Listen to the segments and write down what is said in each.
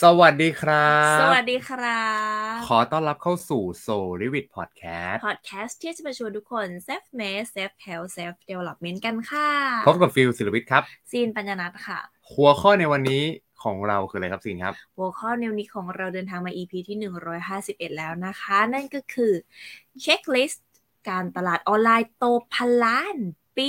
สวัสดีครัสบวัสดีครับขอต้อนรับเข้าสู่ Soul Revit Podcast พอดแคสต์ที่จะมาชวนทุกคน Self Made Self Help Self Development กันค่ะพบกับฟิลศิลวิทย์ครับซีนปัญญนัทค่ะหัวข้อในวันนี้ของเราคืออะไรครับสินครับหัวข้อในวันนี้ของเราเดินทางมา EP ที่151แล้วนะคะนั่นก็คือเช็คลิสต์การตลาดออนไลน์โตพันล้านปี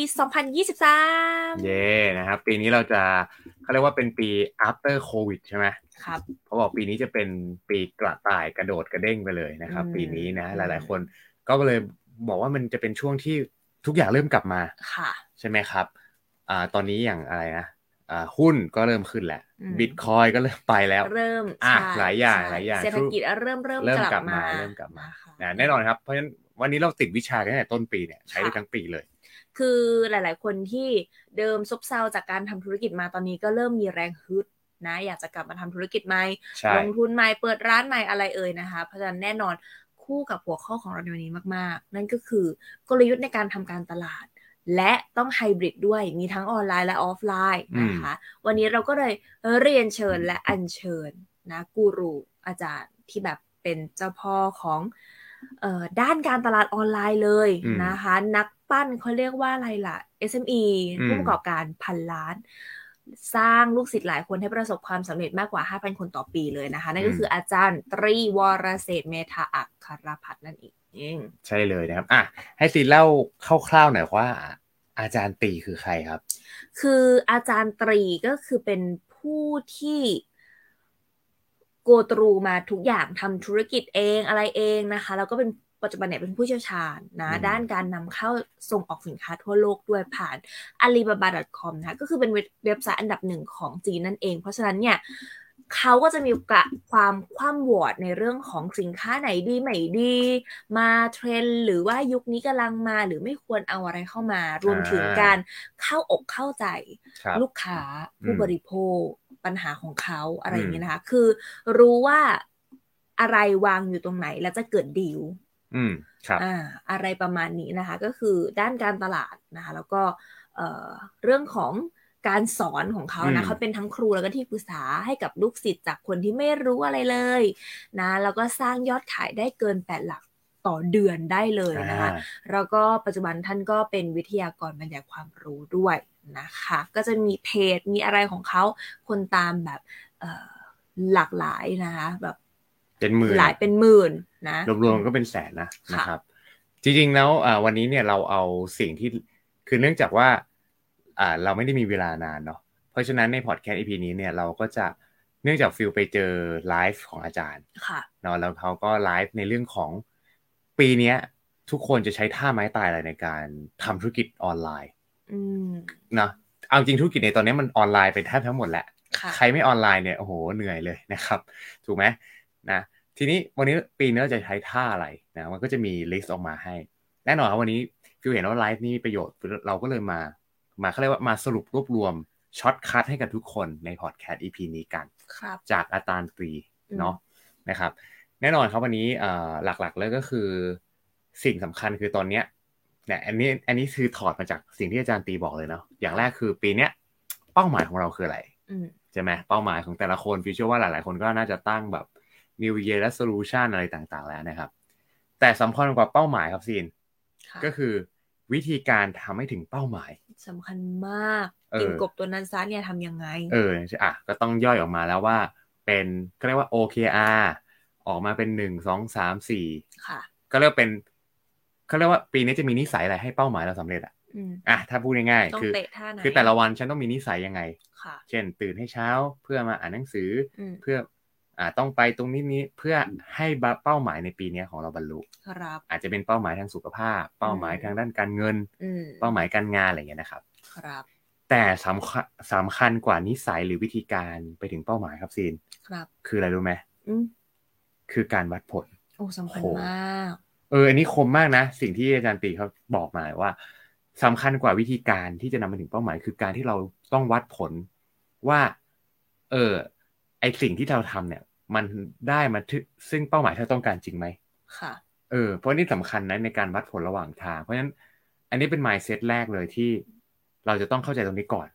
2023 เย่นะครับปีนี้เราจะเขาเรียกว่าเป็นปี after COVID ใช่ไหมครับเขาบอกปีนี้จะเป็นปีกระต่ายกระโดดกระเด้งไปเลยนะอืครับปีนี้นะอืมหลายๆคนก็เลยบอกว่ามันจะเป็นช่วงที่ทุกอย่างเริ่มกลับมาค่ะใช่ไหมครับตอนนี้อย่างอะไรนะหุ้นก็เริ่มขึ้นแหละอืมบิตคอยก็เริ่มไปแล้วเริ่มอ่ะใช่หลายอย่างใช่หลายอย่างเศรษฐกิจเริ่มเริ่กลับมามกลับมาเริ่มกลับมานะคะนะแน่นอนครับเพราะฉะนั้นวันนี้เราติดวิชากันตั้งแต่ต้นปีเนี่ยใช้ได้ค่ะทั้งปีเลยคือหลายๆคนที่เดิมซบเซาจากการทำธุรกิจมาตอนนี้ก็เริ่มมีแรงฮึดนะอยากจะกลับมาทำธุรกิจใหม่ใช่ลงทุนใหม่เปิดร้านใหม่อะไรเอ่ยนะคะเพราะฉะนั้นแน่นอนคู่กับหัวข้อของเราในวันนี้มากๆนั่นก็คือกลยุทธ์ในการทำการตลาดและต้องไฮบริดด้วยมีทั้งออนไลน์และออฟไลน์นะคะวันนี้เราก็เลยเรียนเชิญและอัญเชิญนะกูรูอาจารย์ที่แบบเป็นเจ้าพ่อของ ด้านการตลาดออนไลน์เลยนะคะนักปั้นเขาเรียกว่าอะไรล่ะ SME ผู้ประกอบการพันล้านสร้างลูกศิษย์หลายคนให้ประสบความสำเร็จมากกว่า 5,000 คนต่อปีเลยนะคะนั่นก็คืออาจารย์ตรีวรเศรษฐ์เมธาอัครพัฒน์นั่นเองใช่เลยนะครับอ่ะให้ซีเล่าคร่าวๆหน่อยว่าอาจารย์ตีคือใครครับคืออาจารย์ตรีก็คือเป็นผู้ที่โกตรูมาทุกอย่างทำธุรกิจเองอะไรเองนะคะแล้วก็เป็นปัจจุบันเนี่ยเป็นผู้เชี่ยวชาญนะด้านการนำเข้าส่งออกสินค้าทั่วโลกด้วยผ่าน alibaba.com นะคะก็คือเป็นเว็บไซต์อันดับหนึ่งของจีนนั่นเองเพราะฉะนั้นเนี่ยเขาก็จะมีความคว่ำวอร์ดในเรื่องของสินค้าไหนดีไม่ดีมาเทรนหรือว่ายุคนี้กำลังมาหรือไม่ควรเอาอะไรเข้ามารวมถึงการเข้าอกเข้าใจลูกค้าผู้บริโภคปัญหาของเขาอะไรอย่างเงี้ยนะคะคือรู้ว่าอะไรวางอยู่ตรงไหนแล้วจะเกิดดีลครับอะไรประมาณนี้นะคะก็คือด้านการตลาดนะคะแล้วก็เรื่องของการสอนของเขานะเขาเป็นทั้งครูแล้วก็ที่ปรึกษาให้กับลูกศิษย์จากคนที่ไม่รู้อะไรเลยนะแล้วก็สร้างยอดขายได้เกิน8หลักต่อเดือนได้เลยนะคะแล้วก็ปัจจุบันท่านก็เป็นวิทยากรบรรยายความรู้ด้วยนะคะก็จะมีเพจมีอะไรของเขาคนตามแบบหลากหลายนะคะแบบเป็นหมื่นหลายเป็นหมื่นนะรวมๆก็เป็นแสนนะครับจริงๆแล้ววันนี้เนี่ยเราเอาสิ่งที่คือเนื่องจากว่าเราไม่ได้มีเวลานานเนาะเพราะฉะนั้นในพอดแคสต์ EP นี้เนี่ยเราก็จะเนื่องจากฟิลไปเจอไลฟ์ของอาจารย์เนาะแล้วเขาก็ไลฟ์ในเรื่องของปีนี้ทุกคนจะใช้ท่าไม้ตายอะไรในการทำธุรกิจออนไลน์นะเอาจริงธุรกิจในตอนนี้มันออนไลน์ไปแทบทั้งหมดแหละใครไม่ออนไลน์เนี่ยโอ้โหเหนื่อยเลยนะครับถูกไหมนะทีนี้วันนี้ปีนี้เราจะใช้ท่าอะไรนะมันก็จะมีลิสต์ออกมาให้แน่นอนครับวันนี้ฟิวเห็นว่าไลฟ์นี้มีประโยชน์เราก็เลยมาเขาเรียกว่ามาสรุปรวบรวมช็อตคัทให้กับทุกคนในพอดแคสต์ EP นี้กันจากอาจารย์ตรีเนาะนะครับแน่นอนครับวันนี้หลักๆเลยก็คือสิ่งสำคัญคือตอนเนี้ยเนี่ยอันนี้คือถอดมาจากสิ่งที่อาจารย์ตีบอกเลยเนาะอย่างแรกคือปีเนี้ยเป้าหมายของเราคืออะไรใช่ไหมเป้าหมายของแต่ละคนฟิวเชื่อว่าหลายๆคนก็น่าจะตั้งแบบ New Year Resolution อะไรต่างๆแล้วนะครับแต่สำคัญกว่าเป้าหมายครับซีนก็คือวิธีการทำให้ถึงเป้าหมายสำคัญมากกินกบตัวนั้นซะเนี่ยทำยังไงก็ต้องย่อยออกมาแล้วว่าเป็นก็เรียกว่า OKR ออกมาเป็น1 2 3 4 ค่ะก็เรียกเป็นเขาเรียกว่าปีนี้จะมีนิสัยอะไรให้เป้าหมายเราสำเร็จถ้าพูดง่ายๆคือแต่ละวันฉันต้องมีนิสัยยังไงเช่นตื่นให้เช้าเพื่อมาอ่านหนังสือเพื่อต้องไปตรงนี้เพื่อให้เป้าหมายในปีนี้ของเราบรรลุอาจจะเป็นเป้าหมายทางสุขภาพเป้าหมายทางด้านการเงินเป้าหมายการงานอะไรอย่างเงี้ยนะครับแต่สำคัญกว่านิสัยหรือวิธีการไปถึงเป้าหมายครับซีนคืออะไรรู้ไหมคือการวัดผลสำคัญมากอันนี้คมมากนะสิ่งที่อาจารย์ตีเขาบอกมาว่าสำคัญกว่าวิธีการที่จะนำไปถึงเป้าหมายคือการที่เราต้องวัดผลว่าไอสิ่งที่เราทำเนี่ยมันได้มาซึ่งเป้าหมายที่เราต้องการจริงไหมค่ะเพราะนี่สำคัญนะในการวัดผลระหว่างทางเพราะฉะนั้นอันนี้เป็น mindset แรกเลยที่เราจะต้องเข้าใจตรงนี้ก่อน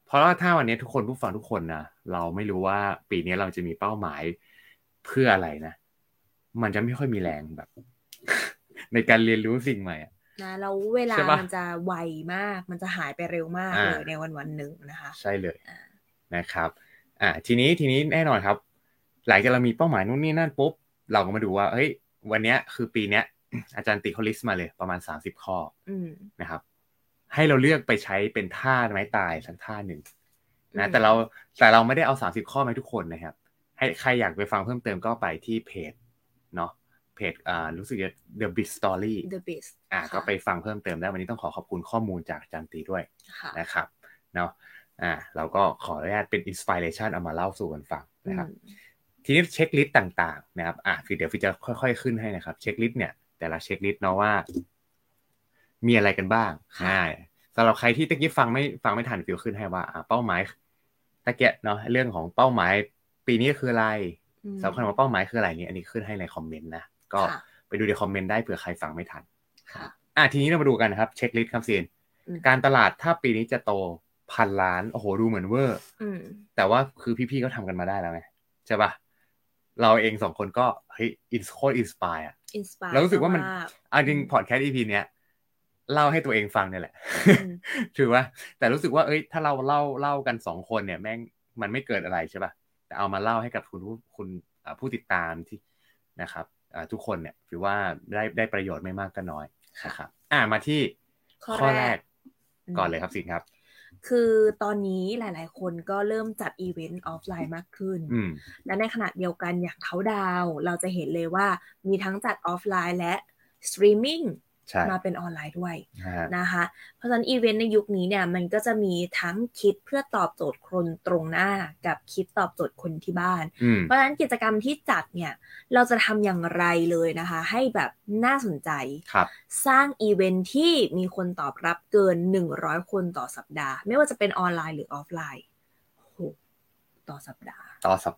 เพราะว่าถ้าวันนี้ทุกคนผู้ฟังทุกคนนะเราไม่รู้ว่าปีนี้เราจะมีเป้าหมายเพื่ออะไรนะมันจะไม่ค่อยมีแรงแบบ ในการเรียนรู้สิ่งใหม่นะแล้วเวลามันจะไวมากมันจะหายไปเร็วมากเลยในวันหนึ่งนะคะใช่เลยนะครับทีนี้แน่นอนครับหลังจากเรามีเป้าหมายนู่นนี่นั่นปุ๊บเราก็มาดูว่าเฮ้ยวันนี้คือปีเนี้ยอาจารย์ติ๊กเขาลิสต์มาเลยประมาณ30ข้อนะครับให้เราเลือกไปใช้เป็นท่าไม้ตายสักท่าหนึ่งนะแต่เราไม่ได้เอา30ข้อมาให้ทุกคนนะครับให้ใครอยากไปฟังเพิ่มเติมก็ไปที่เพจเนาะเพจรู้สึกจะ The Beast Story The Beast ก็ไปฟังเพิ่มเติมได้วันนี้ต้องขอบคุณข้อมูลจากอาจารย์ตีด้วยนะครับเนาะเราก็ขออนุญาตเป็นอินสปิเรชันเอามาเล่าสู่กันฟังนะครับทีนี้เช็คลิสต์ต่างๆนะครับเดี๋ยวฟิจะค่อยๆขึ้นให้นะครับเช็คลิสต์เนี่ยแต่ละเช็คลิสต์เนาะว่ามีอะไรกันบ้างสำหรับใครที่ตะกี้ฟังไม่ทันฟิวขึ้นให้ว่าเป้าหมายตะเกียเนาะเรื่องของเป้าหมายปีนี้คืออะไรสำคัญว่าเป้าหมายคืออะไรนี่อันนี้ขึ้นให้ในคอมเมนต์นะก็ไปดูในคอมเมนต์ได้เผื่อใครฟังไม่ทันทีนี้เรามาดูกันนะครับเช็คลิสต์ครับซีนการตลาดถ้าปีนี้จะโต1,000 ล้านโอ้โหดูเหมือนเวอร์แต่ว่าคือพี่ๆก็ทำกันมาได้แล้วไงใช่ป่ะเราเอง2คนก็เฮ้ยโคตรอินสปายเรารู้สึกว่ามันจริงพอดแคสต์ EP เนี้ยเล่าให้ตัวเองฟังเนี่ยแหละถือว่าแต่รู้สึกว่าเอ้ยถ้าเราเล่ากัน2คนเนี่ยแม่งมันไม่เกิดอะไรใช่ป่ะแต่เอามาเล่าให้กับคุณผู้ติดตามที่นะครับทุกคนเนี่ยถือว่าได้ประโยชน์ไม่มากก็น้อยนะครับมาที่ข้อแรกก่อนเลยครับสิงครับคือตอนนี้หลายๆคนก็เริ่มจัดอีเวนต์ออฟไลน์มากขึ้นและในขณะเดียวกันอย่างเขาดาวเราจะเห็นเลยว่ามีทั้งจัดออฟไลน์และสตรีมมิ่งมาเป็นออนไลน์ด้วยนะคะเพราะฉะนั้นอีเวนต์ในยุคนี้เนี่ยมันก็จะมีทั้งคิดเพื่อตอบโจทย์คนตรงหน้ากับคิดตอบโจทย์คนที่บ้านเพราะฉะนั้นกิจกรรมที่จัดเนี่ยเราจะทำอย่างไรเลยนะคะให้แบบน่าสนใจสร้างอีเวนต์ที่มีคนตอบรับเกิน100คนต่อสัปดาห์ไม่ว่าจะเป็นออนไลน์หรือออฟไลน์ต่อสัปดาห์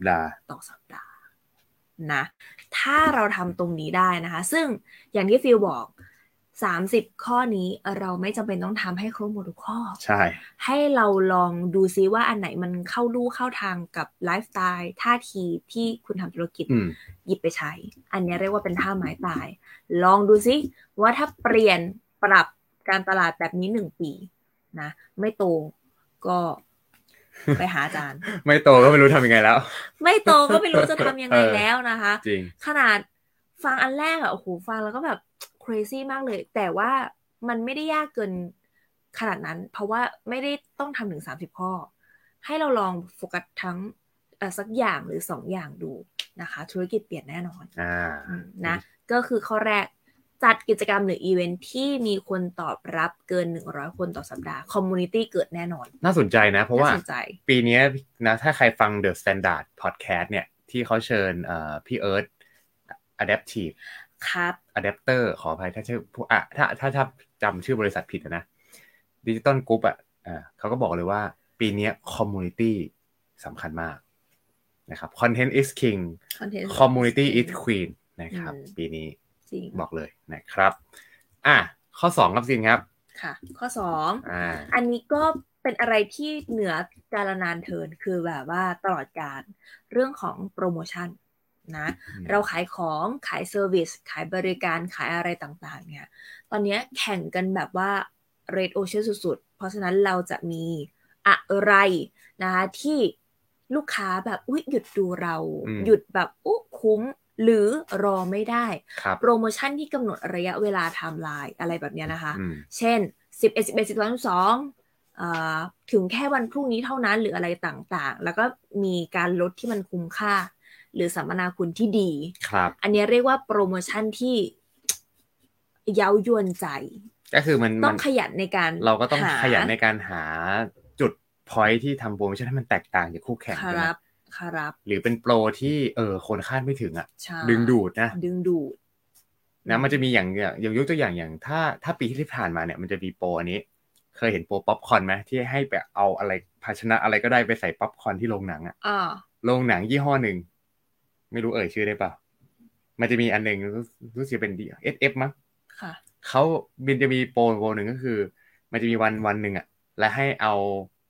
นะถ้าเราทำตรงนี้ได้นะคะซึ่งอย่างที่ฟิลบอก30ข้อนี้เราไม่จำเป็นต้องทำให้ครบหมดทุกข้อใช่ให้เราลองดูซิว่าอันไหนมันเข้าลู่เข้าทางกับไลฟ์สไตล์ท่าทีที่คุณทำธุรกิจหยิบไปใช้อันนี้เรียกว่าเป็นท่าไม้ตายลองดูซิว่าถ้าปรับการตลาดแบบนี้1 ปีนะไม่โตก็ไปหาอาจารย์ไม่โตก็ไม่รู้ทำยังไงแล้วไม่โตก็ไม่รู้จะทำยังไงแล้วนะคะจริงขนาดฟังอันแรกโอ้โหฟังแล้วก็แบบcrazy มากเลยแต่ว่ามันไม่ได้ยากเกินขนาดนั้นเพราะว่าไม่ได้ต้องทำถึง30ข้อให้เราลองโฟกัสทั้งสักอย่างหรือ2อย่างดูนะคะธุรกิจเปลี่ยนแน่นอนนะก็คือข้อแรกจัดกิจกรรมหรืออีเวนท์ที่มีคนตอบรับเกิน100คนต่อสัปดาห์คอมมูนิตี้เกิดแน่นอนน่าสนใจนะเพราะว่าปีนี้นะถ้าใครฟัง The Standard Podcast เนี่ยที่เขาเชิญพี่เอิร์ธ Adaptive ครับ Adapter ขออภัยถ้าชื่อถ้าจำชื่อบริษัทผิดนะ Digital Group เขาก็บอกเลยว่าปีนี้ Community สำคัญมากนะครับ Content is King Community is Queen นะครับปีนี้บอกเลยนะครับข้อ2ครับซินครับค่ะข้อ2อันนี้ก็เป็นอะไรที่เหนือกาลนานเทินคือแบบว่าตลอดการเรื่องของโปรโมชั่นนะเราขายของขายเซอร์วิสขายบริการขายอะไรต่างๆเนี่ยตอนนี้แข่งกันแบบว่าเรทโอเชียนสุดๆเพราะฉะนั้นเราจะมีอะไรนะคะที่ลูกค้าแบบหยุดดูเราหยุดแบบคุ้มหรือรอไม่ได้โปรโมชั่นที่กำหนดระยะเวลาไทม์ไลน์อะไรแบบนี้นะคะเช่น11 12 12ถึงแค่วันพรุ่งนี้เท่านั้นหรืออะไรต่างๆแล้วก็มีการลดที่มันคุ้มค่าหรือสัมมนาคุณที่ดีอันนี้เรียกว่าโปรโมชั่นที่เย้ายวนใจก็คือมันต้องขยันในการเราก็ต้องขยันในการหาจุดพอยท์ที่ทำโปรโมชั่นให้มันแตกต่างจากคู่แข่งครับหรือเป็นโปรที่คนคาดไม่ถึงดึงดูดนะนะมันจะมีอย่างยกตัวอย่างถ้าปีที่ผ่านมาเนี่ยมันจะมีโปรอันนี้เคยเห็นโปรป๊อปคอร์นไหมที่ให้ไปเอาอะไรภาชนะอะไรก็ได้ไปใส่ป๊อปคอร์นที่โรงหนังโรงหนังยี่ห้อหนึ่งไม่รู้ชื่อได้เปล่ามันจะมีอันหนึ่งรู้สึกเป็น SF มั้งเขาจะมีโปรหนึ่งก็คือมันจะมีวันหนึ่งและให้เอา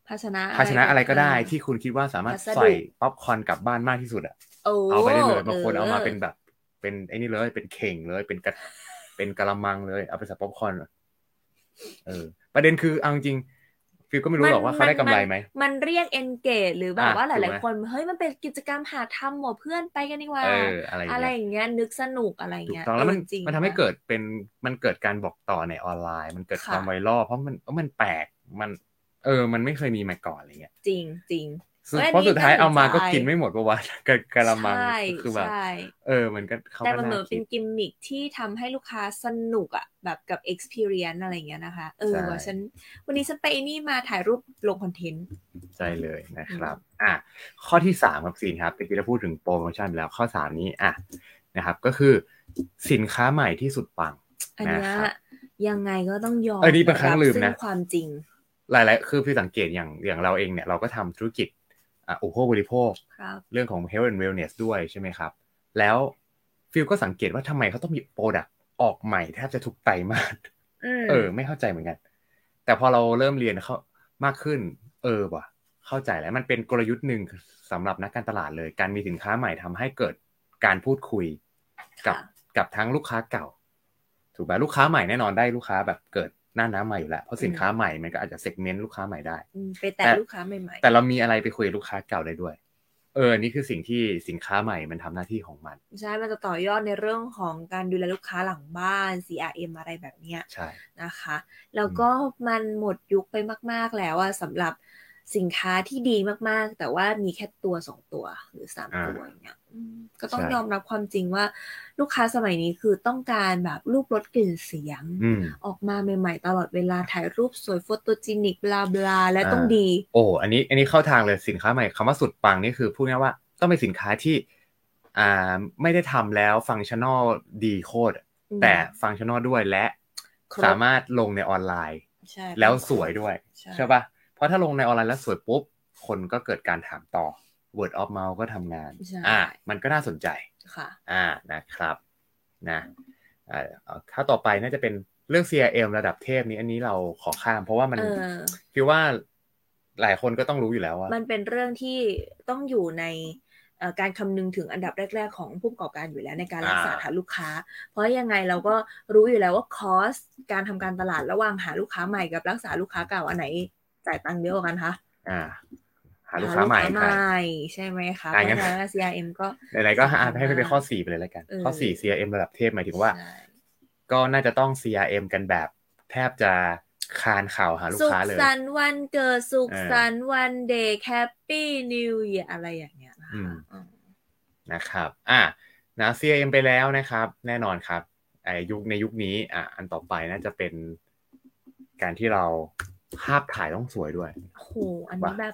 ภาชนะภาชนะอะไรก็ได้ที่คุณคิดว่าสามารถใส่ป๊อปคอร์นกลับบ้านมากที่สุดอ่ะเอาไปได้เลยบางคนเอามาเป็นแบบเป็นไอ้นี่เลยเป็นเข่งเลยเป็นกะละมังเลยเอาไปใส่ป๊อปคอร์นประเด็นคือเอาจริงฟิลก็ไม่รู้หรอกว่าเขาได้กำไรไหมมันเรียก engage หรือแบบว่าหลายๆคนเฮ้ยมันเป็นกิจกรรมหาทำหมดเพื่อนไปกันดีกว่าอะไรอย่างเงี้ยนึกสนุกอะไรเงี้ยถูกต้องแล้วมันทำให้เกิดมันเกิดการบอกต่อในออนไลน์มันเกิดความไวรัลเพราะมันแปลกมันไม่เคยมีมาก่อนอะไรเงี้ยจริงจริงเพราะสุดท้ายเอามาก็กินไม่หมดเพราะว่ากะละมังคือแบบมันก็เขาแต่มันเหมือนเป็นกิมมิคที่ทำให้ลูกค้าสนุกอ่ะแบบกับ experience อะไรเงี้ยนะคะว่าวันนี้ฉันไปนี่มาถ่ายรูปลงคอนเทนต์ใช่เลยนะครับข้อที่3ครับซีนครับเมื่อกี้เราพูดถึงโปรโมชั่นไปแล้วข้อ3นี้นะครับก็คือสินค้าใหม่ที่สุดปังอันนี้ยังไงก็ต้องยอมนี่เป็นครั้งลืมนะความจริงหลายๆคือพี่สังเกตอย่างเราเองเนี่ยเราก็ทำธุรกิจอุปโภคบริโภคเรื่องของ health and wellness ด้วยใช่ไหมครับแล้วฟิลก็สังเกตว่าทำไมเขาต้องมีโปรดักต์ออกใหม่แทบจะทุกไตรมาสไม่เข้าใจเหมือนกันแต่พอเราเริ่มเรียนเข้ามากขึ้นว่ะเข้าใจแล้วมันเป็นกลยุทธ์หนึ่งสำหรับนักการตลาดเลยการมีสินค้าใหม่ทำให้เกิดการพูดคุยกับทั้งลูกค้าเก่าถูกไหมลูกค้าใหม่แน่นอนได้ลูกค้าแบบเกิดหน้าน้ำใหม่อยู่แล้วเพราะสินค้าใหม่มันก็อาจจะเซกเมนต์ลูกค้าใหม่ได้ไปแต่ลูกค้าใหม่ๆแต่เรามีอะไรไปคุยกับลูกค้าเก่าได้ด้วยนี่คือสิ่งที่สินค้าใหม่มันทำหน้าที่ของมันใช่มันจะต่อยอดในเรื่องของการดูแลลูกค้าหลังบ้าน CRM อะไรแบบเนี้ยใช่นะคะแล้วก็มันหมดยุคไปมากๆแล้วสำหรับสินค้าที่ดีมากๆแต่ว่ามีแค่ตัว2ตัวหรือ3ตัวอย่างเงี้ยก็ต้องยอมรับความจริงว่าลูกค้าสมัยนี้คือต้องการแบบรูปรสกลิ่นเสียงออกมาใหม่ๆตลอดเวลาถ่ายรูปสวยโฟโตจินิกบลาบลาและต้องดีอันนี้เข้าทางเลยสินค้าใหม่คำว่าสุดปังนี่คือพูดง่ายว่าต้องเป็นสินค้าที่ไม่ได้ทำแล้วฟังก์ชันนอลดีโคตรแต่ฟังก์ชันนอลด้วยและสามารถลงในออนไลน์แล้วสวยด้วยใช่ป่ะเพราะถ้าลงในออนไลน์แล้วสวยปุ๊บคนก็เกิดการถามต่อ word of mouth ก็ทำงานมันก็น่าสนใจค่ะนะครับนะถ้าต่อไปน่าจะเป็นเรื่อง CRM ระดับเทพนี้อันนี้เราขอข้ามเพราะว่ามันคิดว่าหลายคนก็ต้องรู้อยู่แล้วว่ามันเป็นเรื่องที่ต้องอยู่ในการคำนึงถึงอันดับแรกๆของผู้ประกอบการอยู่แล้วในการรักษาฐานลูกค้าเพราะยังไงเราก็รู้อยู่แล้วว่าคอสการทำการตลาดระหว่างหาลูกค้าใหม่กับรักษาลูกค้าเก่าอันไหนจ่ายตังค์เยอะกว่ากันคะหาลูกค้าใหม่ใช่ไหมคะเพราะฉะนั้น CRM ก็ไหนๆก็ให้ไปข้อ4ไปเลยแล้วกันข้อ4 CRM ระดับเทพหมายถึงว่าก็น่าจะต้อง CRM กันแบบแทบจะคานข่าวหาลูกค้าเลยสุขสันต์วันเกิดสุขสันต์วันเด็กแฮปปี้นิวเยียร์อะไรอย่างเงี้ยนะครับนะ CRM ไปแล้วนะครับแน่นอนครับในยุคนี้อันต่อไปน่าจะเป็นการที่เราภาพถ่ายต้องสวยด้วยโอ้โหอันนี้แบบ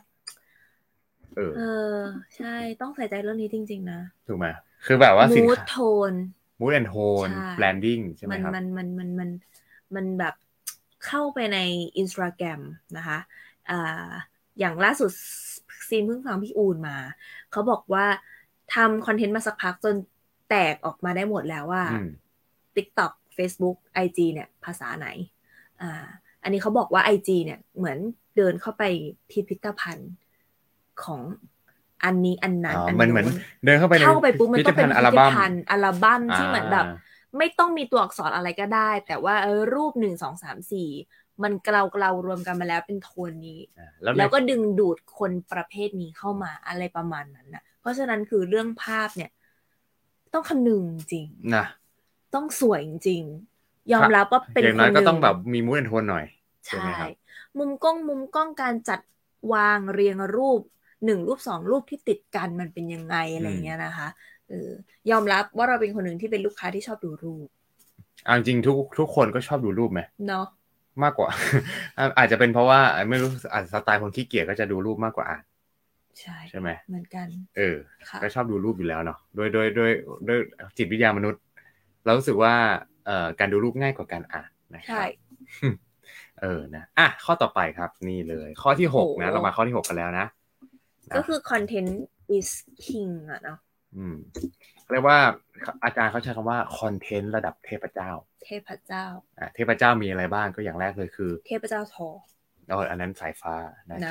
ใช่ต้องใส่ใจเรื่องนี้จริงๆนะถูกไหมคือแบบว่าสินค้า mood and tone branding ใช่ไหมครับมันแบบเข้าไปใน Instagram นะคะอย่างล่าสุดซีนเพิ่งฟังพี่อูนมาเขาบอกว่าทำคอนเทนต์มาสักพักจนแตกออกมาได้หมดแล้วว่า TikTok Facebook IG เนี่ยภาษาไหนอันนี้เขาบอกว่า IG เนี่ยเหมือนเดินเข้าไปพิพิธภัณฑ์ของอันนี้อันนั้นมันเหมือนเดินเข้าไปปุ๊บมันต้องเป็นพิพิธภัณฑ์อัลบั้มที่เหมือนแบบไม่ต้องมีตัวอักษรอะไรก็ได้แต่ว่ารูป1 2 3 4มันเกลารวมกันมาแล้วเป็นโทนนี้แล้วก็ดึงดูดคนประเภทนี้เข้ามาอะไรประมาณนั้นนะเพราะฉะนั้นคือเรื่องภาพเนี่ยต้องคำนึงจริงนะต้องสวยจริงยอมรับว่าเป็นคนนึงก็ต้องแบบมีมูดแอนโทนหน่อยใช่มุมกล้องการจัดวางเรียงรูป1รูป2รูปที่ติดกันมันเป็นยังไงอะไรเงี้ยนะคะยอมรับว่าเราเป็นคนหนึ่งที่เป็นลูกค้าที่ชอบดูรูปจริงทุกคนก็ชอบดูรูปไหมเนาะมากกว่า อาจจะเป็นเพราะว่าไม่รู้สไตล์คนขี้เกียจก็จะดูรูปมากกว่าอ่านใช่ไหมเหมือนกันก็ชอบดูรูปอยู่แล้วเนาะโดยจิตวิทยามนุษย์เรารู้สึกว่าการดูรูปง่ายกว่าการอ่านนะครับใช่นะข้อต่อไปครับนี่เลยข้อที่6นะเรามาข้อที่6กันแล้วนะก็คือ content is king อะเนาะเรียกว่าอาจารย์เขาใช้คำว่าคอนเทนต์ระดับเทพเจ้าเทพเจ้าเทพเจ้ามีอะไรบ้างก็อย่างแรกเลยคือเทพเจ้าทออันนั้นสายฟ้านะครับ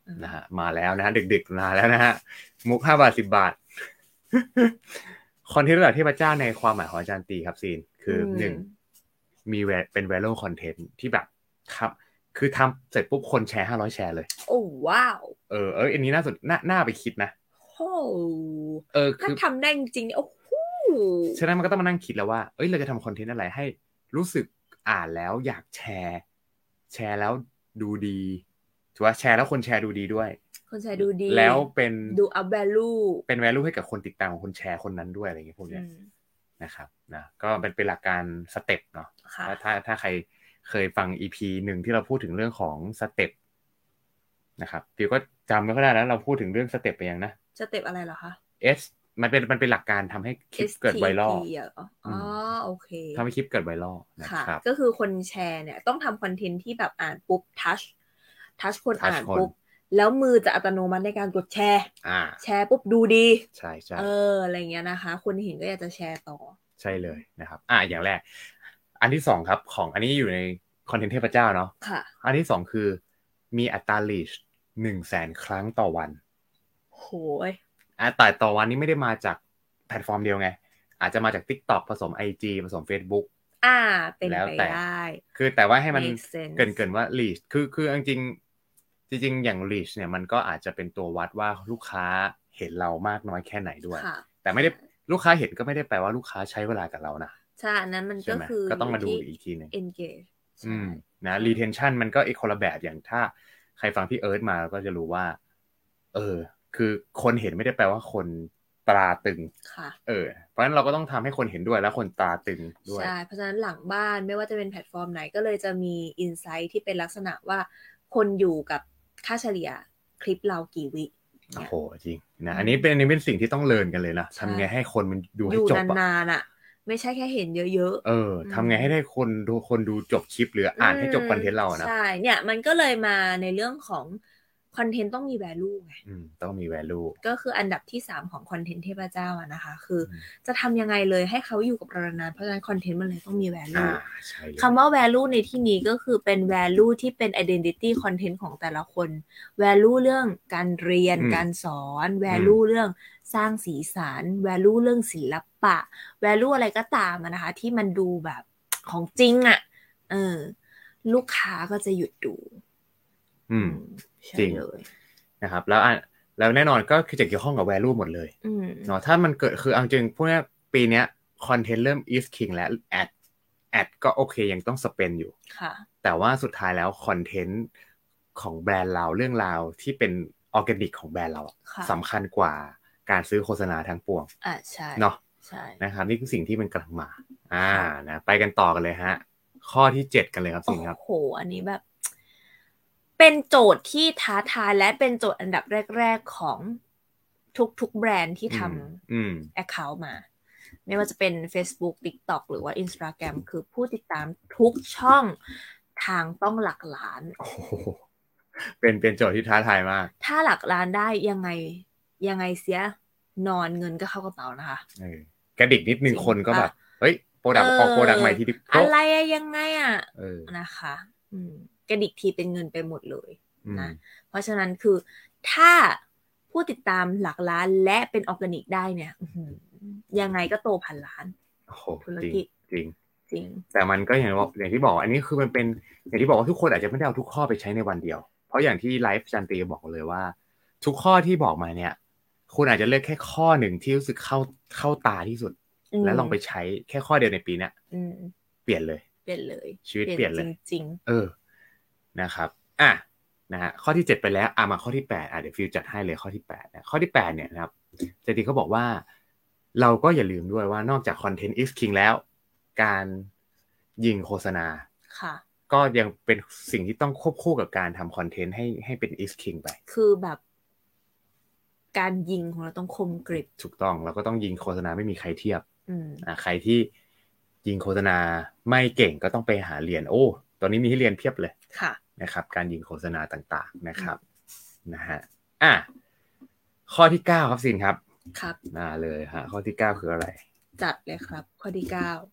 นะฮะมาแล้วนะฮะดึกๆมาแล้วนะฮะมุก5 บาท10 บาทคอนเทนต์ระดับเทพเจ้าในความหมายของอาจารย์ตีครับซีนคือ1มีเป็น viral content ที่แบบครับคือทำเสร็จปุ๊บคนแชร์500แชร์เลยโอ้ว้าวอันนี้น่าไปคิดนะโอ้ถ้าทำได้จริงๆโอ้โหฉะนั้นมันก็ต้องมานั่งคิดแล้วว่าเราจะทำคอนเทนต์อะไรให้รู้สึกอ่านแล้วอยากแชร์แล้วดูดีถือว่าแชร์แล้วคนแชร์ดูดีด้วยคนแชร์ดูดีแล้วเป็นดูอัพแวลูเป็น value ให้กับคนติดตามของคนแชร์คนนั้นด้วยอะไรอย่างเงี้ยพวกนี้นะครับนะก็เป็นหลักการสเต็ปเนาะถ้าใครเคยฟัง EP 1ที่เราพูดถึงเรื่องของสเต็ปนะครับพี่ก็จำไม่ค่อยได้แล้วเราพูดถึงเรื่องสเต็ปไปยังนะสเต็ปอะไรเหรอคะ S มันเป็นหลักการทำให้คลิปเกิดไวรัลโอเคทำให้คลิปเกิดไวรัลนะครับก็คือคนแชร์เนี่ยต้องทำคอนเทนต์ที่แบบอ่านปุ๊บทัชคนอ่านปุ๊บแล้วมือจะอัตโนมัติในการกดแชร์ปุ๊บดูดีใช่อะไรเงี้ยนะคะคนเห็นก็อยากจะแชร์ต่อใช่เลยนะครับอย่างแรกอันที่2ครับของอันนี้อยู่ในคอนเทนต์เทพเจ้าเนาะอันที่2คือมีอัตรา reach 100,000 ครั้งต่อวันโหยแต่ต่อวันนี้ไม่ได้มาจากแพลตฟอร์มเดียวไงอาจจะมาจาก TikTok ผสม IG ผสม Facebook เป็นไปได้คือแต่ว่าให้มันเกินว่า reach คือจริงอย่าง reach เนี่ยมันก็อาจจะเป็นตัววัดว่าลูกค้าเห็นเรามากน้อยแค่ไหนด้วยแต่ไม่ได้ลูกค้าเห็นก็ไม่ได้แปลว่าลูกค้าใช้เวลากับเรานะใช่นั้นมันก็คือก็ต้องมาดูอีกทีนึง engage นะ retention มันก็อีกคนละแบบอย่างถ้าใครฟังพี่เอิร์ธมาก็จะรู้ว่าคือคนเห็นไม่ได้แปลว่าคนตราตึงค่ะเพราะฉะนั้นเราก็ต้องทำให้คนเห็นด้วยแล้วคนตราตึงด้วยใช่เพราะฉะนั้นหลังบ้านไม่ว่าจะเป็นแพลตฟอร์มไหนก็เลยจะมี insight ที่เป็นลักษณะว่าคนอยู่กับค่าเฉลี่ยคลิปเรากี่วิโอ้โหจริงนะอันนี้เป็นสิ่งที่ต้องเรียนกันเลยนะทำไงให้คนมันดูให้จบนานๆอ่ะไม่ใช่แค่เห็นเยอะๆทำไงให้ได้คนดูจบคลิปหรืออ่านให้จบคอนเทนต์เรานะใช่เนี่ยมันก็เลยมาในเรื่องของคอนเทนต์ต้องมี value ไงต้องมี value ก็คืออันดับที่3ของคอนเทนต์เทพเจ้าอะนะคะคือจะทำยังไงเลยให้เขาอยู่กับเรานานเพราะฉะนั้นคอนเทนต์มันเลยต้องมี value คำว่า value ในที่นี้ก็คือเป็น value ที่เป็น identity content ของแต่ละคน value เรื่องการเรียนการสอน value เรื่องสร้างสีสัน value เรื่องศิลปะ value อะไรก็ตามนะคะที่มันดูแบบของจริงอะลูกค้าก็จะหยุดดูจริงเลยนะครับแล้วแน่นอนก็คือจะเกี่ยวข้องกับ value หมดเลยเนาะถ้ามันเกิดคือเอาจริงพวกนี้ปีนี้คอนเทนต์เริ่ม is king แล้วแอดก็โอเคยังต้องสเปนอยู่แต่ว่าสุดท้ายแล้วคอนเทนต์ของแบรนด์เราเรื่องราวที่เป็นออร์แกนิกของแบรนด์เราสำคัญกว่าการซื้อโฆษณาทั้งปวงใช่เนาะนะครับนี่คือสิ่งที่มันกำลังมานะไปกันต่อกันเลยฮะข้อที่7กันเลยครับสิงครับโอ้โหอันนี้แบบเป็นโจทย์ที่ท้าทายและเป็นโจทย์อันดับแรกๆของทุกแบรนด์ที่ทำ account มาไม่ว่าจะเป็น Facebook TikTok หรือว่า Instagram คือผู้ติดตามทุกช่องทางต้องหลักล้านเป็นโจทย์ที่ท้าทายมากถ้าหลักล้านได้ยังไงเสียนอนเงินก็เข้ากระเป๋านะคะกระดิกนิดนึงคนก็แบบเฮ้ยโปรดักต์ออกโปรดักต์ใหม่ที่ดิอะไรยังไงนะคะกระดิกทีเป็นเงินไปหมดเลยนะเพราะฉะนั้นคือถ้าผู้ติดตามหลักล้านและเป็นออร์แกนิกได้เนี่ยยังไงก็โตพันล้านธุรกิจจริงแต่มันก็อย่างที่บอกอันนี้คือมันเป็นอย่างที่บอกว่าทุกคนอาจจะไม่ได้เอาทุกข้อไปใช้ในวันเดียวเพราะอย่างที่ไลฟ์จันตีบอกเลยว่าทุกข้อที่บอกมาเนี่ยคุณอาจจะเลือกแค่ข้อหนึ่งที่รู้สึกเข้าตาที่สุดแล้วลองไปใช้แค่ข้อเดียวในปีนี้เปลี่ยนเลยชีวิตเปลี่ยนเลยจริงนะครับนะฮะข้อที่7ไปแล้วมาข้อที่8เดี๋ยวฟิวจัดให้เลยข้อที่8นะข้อที่8เนี่ยนะครับจริงๆเขาบอกว่าเราก็อย่าลืมด้วยว่านอกจากคอนเทนต์ is king แล้วการยิงโฆษณาก็ยังเป็นสิ่งที่ต้องควบคู่กับการทำคอนเทนต์ให้เป็น is king ไปคือแบบการยิงของเราต้องคมกริบถูกต้องเราก็ต้องยิงโฆษณาไม่มีใครเทียบใครที่ยิงโฆษณาไม่เก่งก็ต้องไปหาเรียนตอนนี้มีให้เรียนเพียบเลยนะครับการยิงโฆษณาต่างๆนะครับนะฮะข้อที่9ครับสินครับเลยฮะข้อที่9คืออะไรจัดเลยครับข้อที่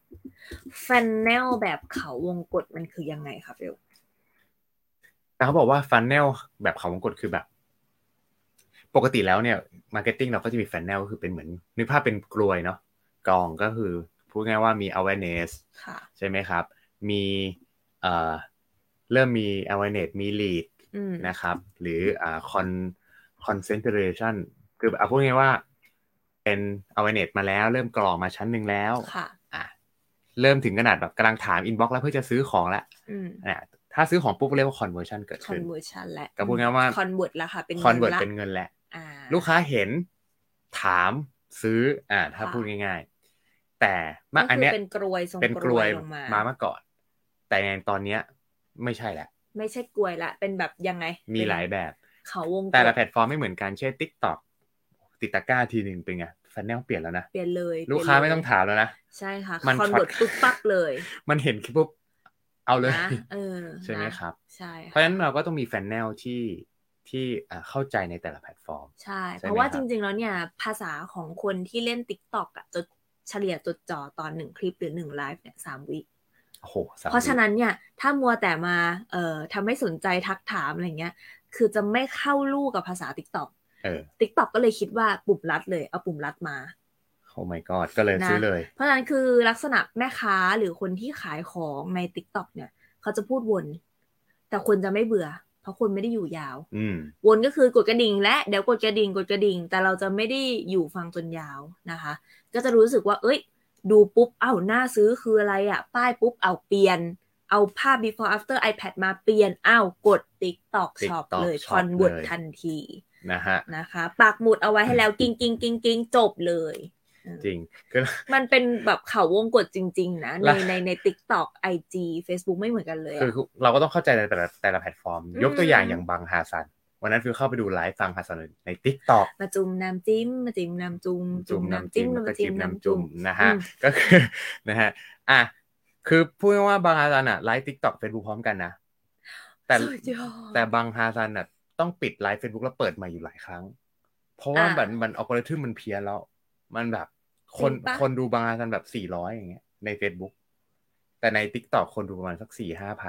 9 funnel แบบเขาวงกตมันคือยังไงครับเบลเขาบอกว่า funnel แบบเขาวงกตคือแบบปกติแล้วเนี่ยมาร์เก็ตติ้งเราก็จะมีแฟนแนลก็คือเป็นเหมือนนึกภาพเป็นกลวยเนาะกองก็คือพูดง่ายว่ามี awareness ใช่ไหมครับมีเริ่มมี awareness มี lead นะครับหรือconcentration คือพูดง่ายว่าเป็น awareness มาแล้วเริ่มกรองมาชั้นหนึ่งแล้วเริ่มถึงขนาดแบบกำลังถาม inbox แล้วเพื่อจะซื้อของแล้วถ้าซื้อของปุ๊บเรียกว่า conversion เกิดขึ้น conversion แหละก็พูดง่ายว่า convert แล้วค่ะเป็นเงินละ convert เป็นเงินแล้วลูกค้าเห็นถามซื้อถ้าพูดง่ายๆแต่มาอันเนี้ยเป็นกลวยทรงเป็นกลวยลงมาเมื่อก่อนแต่ในตอนเนี้ยไม่ใช่แล้วไม่ใช่กลวยละเป็นแบบยังไงมีหลายแบบเขาวงแต่ละแพลตฟอร์มไม่เหมือนกันเช่น TikTok ติดตะกร้าทีนึงเป็นไงฟันแนลเปลี่ยนแล้วนะเปลี่ยนเลยลูกค้าไม่ต้องถามแล้วนะใช่ค่ะคอนเวิร์ตปุ๊บปั๊บเลยมันเห็นปุ๊บเอาเลยใช่ไหมครับใช่เพราะฉะนั้นเราก็ต้องมีฟันแนลที่เข้าใจในแต่ละแพลตฟอร์มใช่เพราะว่าจริงๆแล้วเนี่ยภาษาของคนที่เล่น TikTok อ่ะจะเฉลี่ยจดจ่อตอน1คลิปหรือ1ไลฟ์เนี่ย3 วิเพราะฉะนั้นเนี่ยถ้ามัวแต่มาทำให้สนใจทักถามอะไรเงี้ยคือจะไม่เข้าลู่กับภาษา TikTok TikTok ก็เลยคิดว่าปุ่มลัดเลยเอาปุ่มลัดมาโอ้ my god ก็เลยซื้อเลยเพราะฉะนั้นคือลักษณะแม่ค้าหรือคนที่ขายของใน TikTok เนี่ยเขาจะพูดวนแต่คนจะไม่เบื่อเพราะคนไม่ได้อยู่ยาววนก็คือกดกระดิ่งและเดี๋ยวกดกระดิ่งแต่เราจะไม่ได้อยู่ฟังจนยาวนะคะก็จะรู้สึกว่าเอ้ยดูปุ๊บหน้าซื้อคืออะไรป้ายปุ๊บเปลี่ยนเอาภาพ before after iPad มาเปลี่ยนกด TikTok Shop เลยคอนเวิร์ตทันทีนะคะปักหมุดเอาไว้ให้แล้วกิ้งจบเลยจริงมันเป็นแบบเขาวงกฏจริงๆนะใน TikTok IG Facebook ไม่เหมือนกันเลยคือเราก็ต้องเข้าใจในแต่ละแพลตฟอร์มยกตัวอย่างบังฮาซันวันนั้นฟิวเข้าไปดูไลฟ์ฟังฮาซันใน TikTok มาจุ่มน้ำจิ้มมาจิ้มน้ำจุ่มน้ำจิ้มมาจิ้มน้ำจุ่มนะฮะก็คือนะฮะคือพูดว่าบังฮาซันไลฟ์ TikTok Facebook พร้อมกันนะแต่บังฮาซันต้องปิดไลฟ์ Facebook แล้วเปิดใหม่อยู่หลายครั้งเพราะว่ามันอัลกอริทึมมันเพี้ยนแล้วมันแบบคนดูบางอันแบบ400อย่างเงี้ยใน Facebook แต่ใน TikTok คนดูประมาณสัก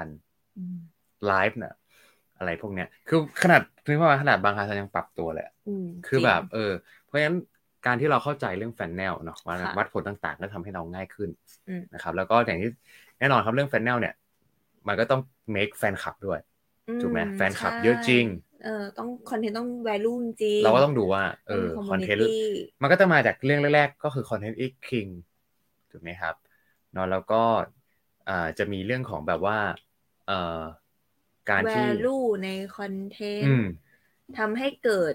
4-5,000 ไลฟ์น่ะอะไรพวกเนี้ยคือขนาดนึกว่าขนาดบางอันยังปรับตัวเลยคือแบบเพราะฉะนั้นการที่เราเข้าใจเรื่องแฟนแนลเนาะวัดผลต่างๆก็ทำให้เราง่ายขึ้นนะครับแล้วก็อย่างที่แน่นอนครับเรื่องแฟนแนลเนี่ยมันก็ต้อง make แฟนคลับด้วยถูกไหมแฟนคลับเยอะจริงต้องคอนเทนต์ต้อง value จริงเราก็ต้องดูว่าคอนเทนต์มันก็จะมาจากเรื่องแรกๆก็คือคอนเทนต์ is king ถูกไหมครับเนาะแล้วก็จะมีเรื่องของแบบว่าการที่ value ในคอนเทนต์ทำให้เกิด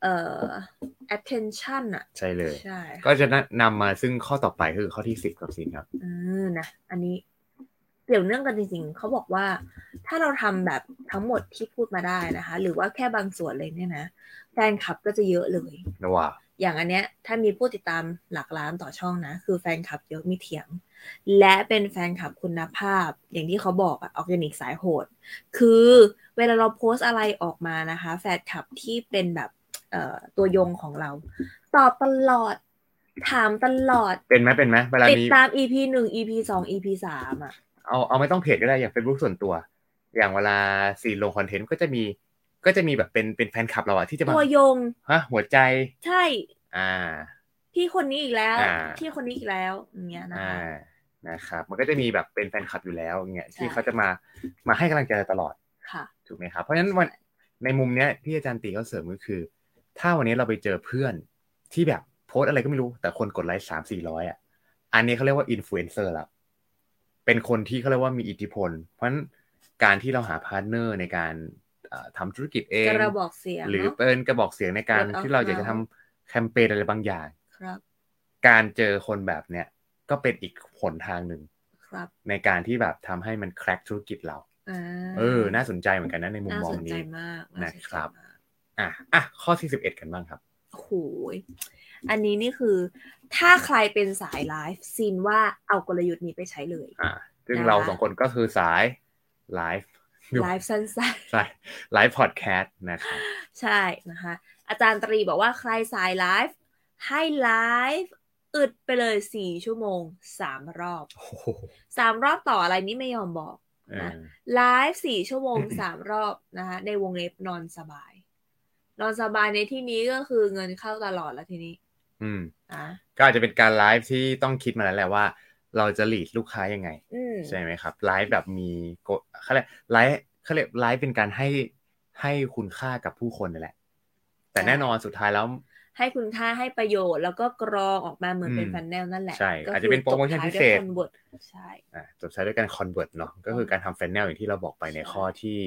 attention ใช่เลยก็จะนำมาซึ่งข้อต่อไปคือข้อที่10กับ10ครับนะอันนี้เกี่ยวเนื่องกันจริงๆเขาบอกว่าถ้าเราทำแบบทั้งหมดที่พูดมาได้นะคะหรือว่าแค่บางส่วนเลยเนี่ยนะแฟนคลับก็จะเยอะเลยนะว่าอย่างอันเนี้ยถ้ามีผู้ติดตามหลักล้านต่อช่องนะคือแฟนคลับเยอะไม่เถียงและเป็นแฟนคลับคุณภาพอย่างที่เขาบอกออร์แกนิกสายโหดคือเวลาเราโพสอะไรออกมานะคะแฟนคลับที่เป็นแบบตัวยงของเราตอบตลอดถามตลอดเป็นไหมเวลาติดตาม EP 1 EP 2 EP 3 เอาไม่ต้องเพจก็ได้อย่าง Facebook ส่วนตัวอย่างเวลาซีนลงคอนเทนต์ก็จะมีแบบเป็นแฟนคลับเราที่จะมาตัวยงหัวใจใช่พี่คนนี้อีกแล้วพี่คนนี้อีกแล้วอย่างเงี้ยนะครับมันก็จะมีแบบเป็นแฟนคลับอยู่แล้วอย่างเงี้ยที่เขาจะมาให้กำลังใจตลอดถูกไหมครับเพราะฉะนั้นในมุมเนี้ยที่อาจารย์ตีเขาเสริมก็คือถ้าวันนี้เราไปเจอเพื่อนที่แบบโพสอะไรก็ไม่รู้แต่คนกดไลค์300-400อันนี้เขาเรียกว่าอินฟลูเอนเซอร์แล้วเป็นคนที่เขาเรียกว่ามีอิทธิพลเพราะฉะนั้นการที่เราหาพาร์ทเนอร์ในการทำธุรกิจเองหรือเป็นกระบอกเสียงในการที่เราอยากจะทำแคมเปญอะไรบางอย่างการเจอคนแบบเนี้ยก็เป็นอีกหนทางหนึ่งในการที่แบบทำให้มันแคร็กธุรกิจเราน่าสนใจเหมือนกันนะในมุมมองนี้นะครับข้อที่11กันบ้างครับโอ้โหอันนี้นี่คือถ้าใครเป็นสายไลฟ์ซีนว่าเอากลยุทธ์นี้ไปใช้เลยซึ่งเราสองคนก็คือสายไลฟ์สั้นๆใช่ไลฟ์พอดแคสต์นะครับใช่นะคะอาจารย์ตรีบอกว่าใครสายไลฟ์ให้ไลฟ์อึดไปเลย4 ชั่วโมง3 รอบ3 รอบต่ออะไรนี่ไม่ยอมบอกนะไลฟ์4 ชั่วโมง3 รอบนะคะในวงเล็บนอนสบายนอนสบายในที่นี้ก็คือเงินเข้าตลอดแล้วทีนี้อืมอ่ะก็อาจจะเป็นการไลฟ์ที่ต้องคิดมาแล้วแหละว่าเราจะลีดลูกค้ายังไงใช่ไหมครับไลฟ์แบบมีเขาเรียกไลฟ์เขาเรียกไลฟ์เป็นการให้คุณค่ากับผู้คนนั่นแหละแต่แน่นอนสุดท้ายแล้วให้คุณค่าให้ประโยชน์แล้วก็กรองออกมาเหมือนเป็นฟันแนลนั่นแหละใช่ก็อาจจะเป็นโปรโมชั่นพิเศษใช่จบท้ายด้วยการคอนเวิร์ตเนาะก็คือการทำฟันแนลอย่างที่เราบอกไปในข้อที่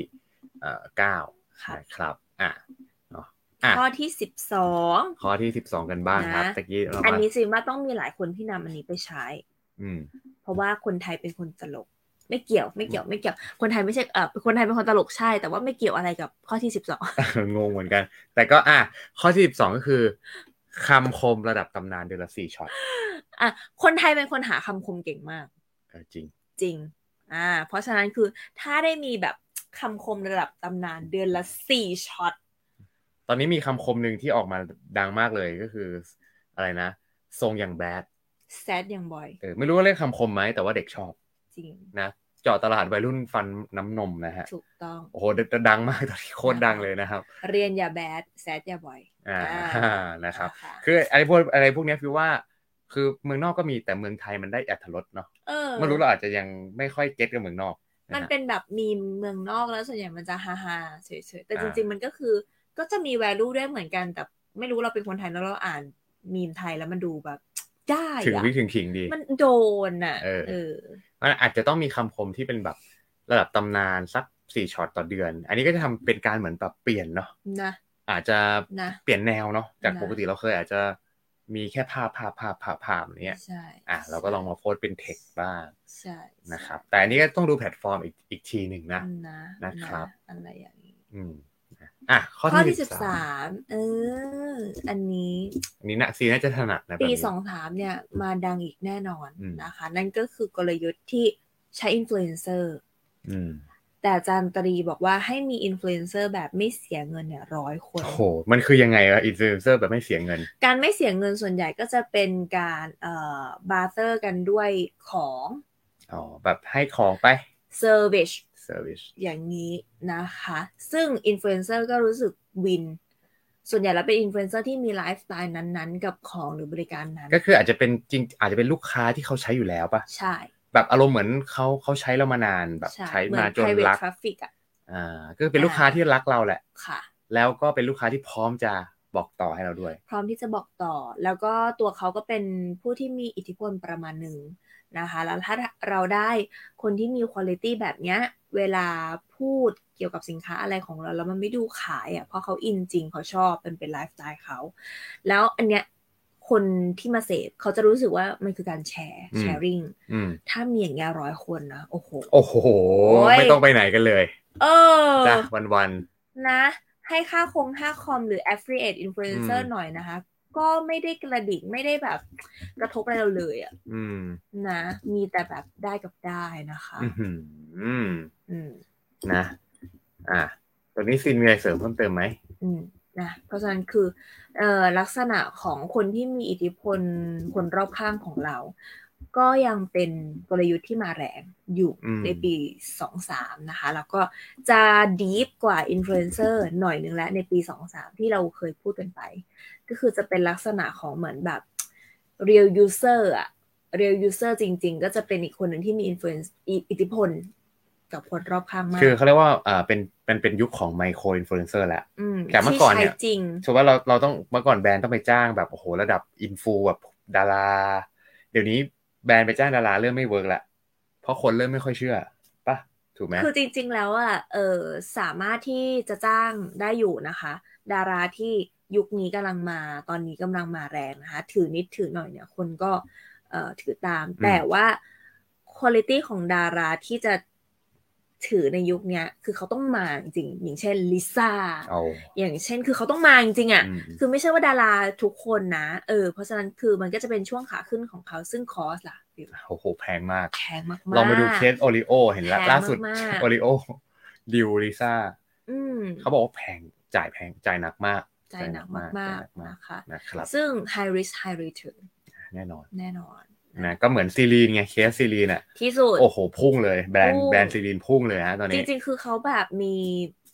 9นะครับเนาะข้อที่12 ข้อที่12กันบ้างครับตะกี้อันนี้สิว่าต้องมีหลายคนที่นำอันนี้ไปใช้เพราะว่าคนไทยเป็นคนตลกไม่เกี่ยวคนไทยไม่ใช่คนไทยเป็นคนตลกใช่แต่ว่าไม่เกี่ยวอะไรกับข้อที่ 12งงเหมือนกันแต่ก็ข้อที่12ก็คือคำคมระดับตำนานเดือนละ4ช็อตคนไทยเป็นคนหาคำคมเก่งมากจริงเพราะฉะนั้นคือถ้าได้มีแบบคำคมระดับตำนานเดือนละ4ช็อตตอนนี้มีคำคมหนึ่งที่ออกมาดังมากเลยก็คืออะไรนะทรงอย่างแบดแซดอย่างบอยไม่รู้ว่าเรียกคำคมไหมแต่ว่าเด็กชอบจริงนะเจาะตลาดวัยรุ่นฟันน้ำนมนะฮะถูกต้องโอ้โหดังมากตอนนี้โคตรดังเลยนะครับเรียนอย่าแบดแซดอย่าบอยนะครับคืออะไรพวกนี้คือว่าคือเมืองนอกก็มีแต่เมืองไทยมันได้อรรถรสเนาะไม่รู้เราอาจจะยังไม่ค่อยเก็ตกับเมืองนอกมันเป็นแบบมีเมืองนอกแล้วส่วนใหญ่มันจะฮาๆเฉยๆแต่จริงๆมันก็คือก็จะมี value ด้วยเหมือนกันแต่ไม่รู้เราเป็นคนไทยแล้วเราอ่านมีมไทยแล้วมันดูแบบได้ถึงวิถึงขิงดีมันโดนมันอาจจะต้องมีคำคมที่เป็นแบบระดับตำนานสัก4ช็อตต่อเดือนอันนี้ก็จะทำเป็นการเหมือนแบบเปลี่ยนเนาะอาจจะเปลี่ยนแนวเนาะจากปกติเราเคยอาจจะมีแค่ภาพอย่างเงี้ยเราก็ลองมาโพสเป็นเท็กซ์บ้างนะครับแต่อันนี้ก็ต้องดูแพลตฟอร์มอีกทีหนึ่งนะครับอะไรอย่างนี้ข้อที่ 13อันนี้ซีน่าจะถนัดนะปี23เนี่ยมาดังอีกแน่นอนนะคะนั่นก็คือกลยุทธ์ที่ใช้อินฟลูเอนเซอร์แต่อาจารย์ตรีบอกว่าให้มีอินฟลูเอนเซอร์แบบไม่เสียเงินเนี่ย100 คนโอ้โหมันคือยังไงอะอินฟลูเอนเซอร์แบบไม่เสียเงินการไม่เสียเงินส่วนใหญ่ก็จะเป็นการบาร์เตอร์กันด้วยของแบบให้ของไปเซอร์วิสอย่างนี้นะคะซึ่งอินฟลูเอนเซอร์ก็รู้สึกวินส่วนใหญ่แล้วเป็นอินฟลูเอนเซอร์ที่มีไลฟ์สไตล์นั้นๆกับของหรือบริการนั้นก็คืออาจจะเป็นจริงอาจจะเป็นลูกค้าที่เขาใช้อยู่แล้วป่ะใช่แบบอารมณ์เหมือนเขาใช้เรามานานแบบใช้มาจนรักก็เป็นลูกค้าที่รักเราแหละค่ะแล้วก็เป็นลูกค้าที่พร้อมจะบอกต่อให้เราด้วยพร้อมที่จะบอกต่อแล้วก็ตัวเขาก็เป็นผู้ที่มีอิทธิพลประมาณหนึ่งนะคะแล้วถ้าเราได้คนที่มีคุณภาพแบบเนี้ยเวลาพูดเกี่ยวกับสินค้าอะไรของเราแล้วมันไม่ดูขายเพราะเขาอินจริงเขาชอบเป็นไลฟ์สไตล์เขาแล้วอันเนี้ยคนที่มาเสพเขาจะรู้สึกว่ามันคือการแชร์ริ่งถ้ามีอย่างเงี้ย100 คนนะโอ้โหไม่ต้องไปไหนกันเลยจ้ะวันนะให้ค่าคอมหรือ affiliate influencer หน่อยนะคะก็ไม่ได้กระดิกไม่ได้แบบกระทบอะไรเราเลยนะมีแต่แบบได้กับได้นะคะนะตรงนี้ซินมีอะไรเสริมเพิ่มเติมไหมนะเพราะฉะนั้นคือลักษณะของคนที่มีอิทธิพลคนรอบข้างของเราก็ยังเป็นกลยุทธ์ที่มาแรงอยู่ในปี23นะคะแล้วก็จะดีฟกว่าอินฟลูเอนเซอร์หน่อยนึงแล้วในปี23ที่เราเคยพูดกันไปก็คือจะเป็นลักษณะของเหมือนแบบ real user real user จริงๆก็จะเป็นอีกคนหนึ่งที่มีอิทธิพลกับคนรอบข้างมากคือเขาเรียกว่าเป็นยุคของไมโครอินฟลูเอนเซอร์แหละแต่เมื่อก่อนเนี่ยถือว่าเราต้องเมื่อก่อนแบรนด์ต้องไปจ้างแบบโอ้โหระดับอินฟูแบบดาราเดี๋ยวนี้แบรนด์ไปจ้างดาราเริ่มไม่เวิร์กละเพราะคนเริ่มไม่ค่อยเชื่อป่ะถูกไหมคือจริงๆแล้วสามารถที่จะจ้างได้อยู่นะคะดาราที่ยุคนี้กำลังมาตอนนี้กำลังมาแรงนะคะถือนิดถือหน่อยเนี่ยคนก็ถือตามแต่ว่าคุณภาพของดาราที่จะถือในยุคนี้คือเขาต้องมาจริงอย่างเช่นลิซ่าอย่างเช่นคือเขาต้องมาจริงคือไม่ใช่ว่าดาราทุกคนนะเพราะฉะนั้นคือมันก็จะเป็นช่วงขาขึ้นของเขาซึ่งคอสล่ะโอ้โหแพงมากลองมาดูเคสโอริโอเห็นล่าสุดโอริโอดิวลิซ่าเขาบอกว่าจ่ายหนักมากนะคะซึ่ง high risk high return แน่นอนนะก็เหมือนซีรีนไงเคสซีรีนที่สุดโอ้โหพุ่งเลยแบรนด์ซีรีนพุ่งเลยฮะตอนนี้จริงๆคือเขาแบบมี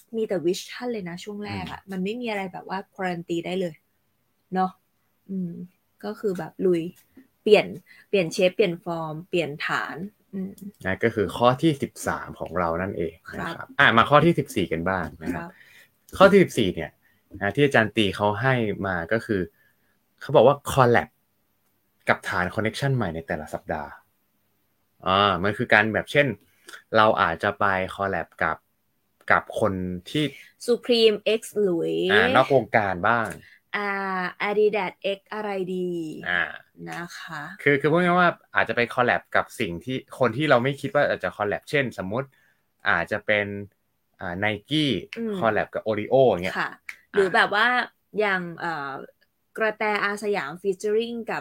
มีแต่วิชั่นเลยนะช่วงแรกอ่ะมันไม่มีอะไรแบบว่าการันตีได้เลยเนาะก็คือแบบลุยเปลี่ยนเชฟเปลี่ยนฟอร์มเปลี่ยนฐานนั่นก็คือข้อที่13ของเรานั่นเองนะครับมาข้อที่14กันบ้างนะครับข้อที่14เนี่ยที่อาจารย์ตีเขาให้มาก็คือเขาบอกว่าคอลแลบกับฐานคอนเนคชั่นใหม่ในแต่ละสัปดาห์มันคือการแบบเช่นเราอาจจะไปคอลแลบกับคนที่ Supreme X หลุยนอกวงการบ้าง Adidas X อะไรดีนะคะคือพูดง่ายๆว่าอาจจะไปคอลแลบกับสิ่งที่คนที่เราไม่คิดว่าอาจจะคอลแลบเช่นสมมุติอาจจะเป็นNike คอลแลบกับ Oreo อย่างเงี้ยค่ะหรือแบบว่าอย่างกระแตอาสยามฟีเจอริงกับ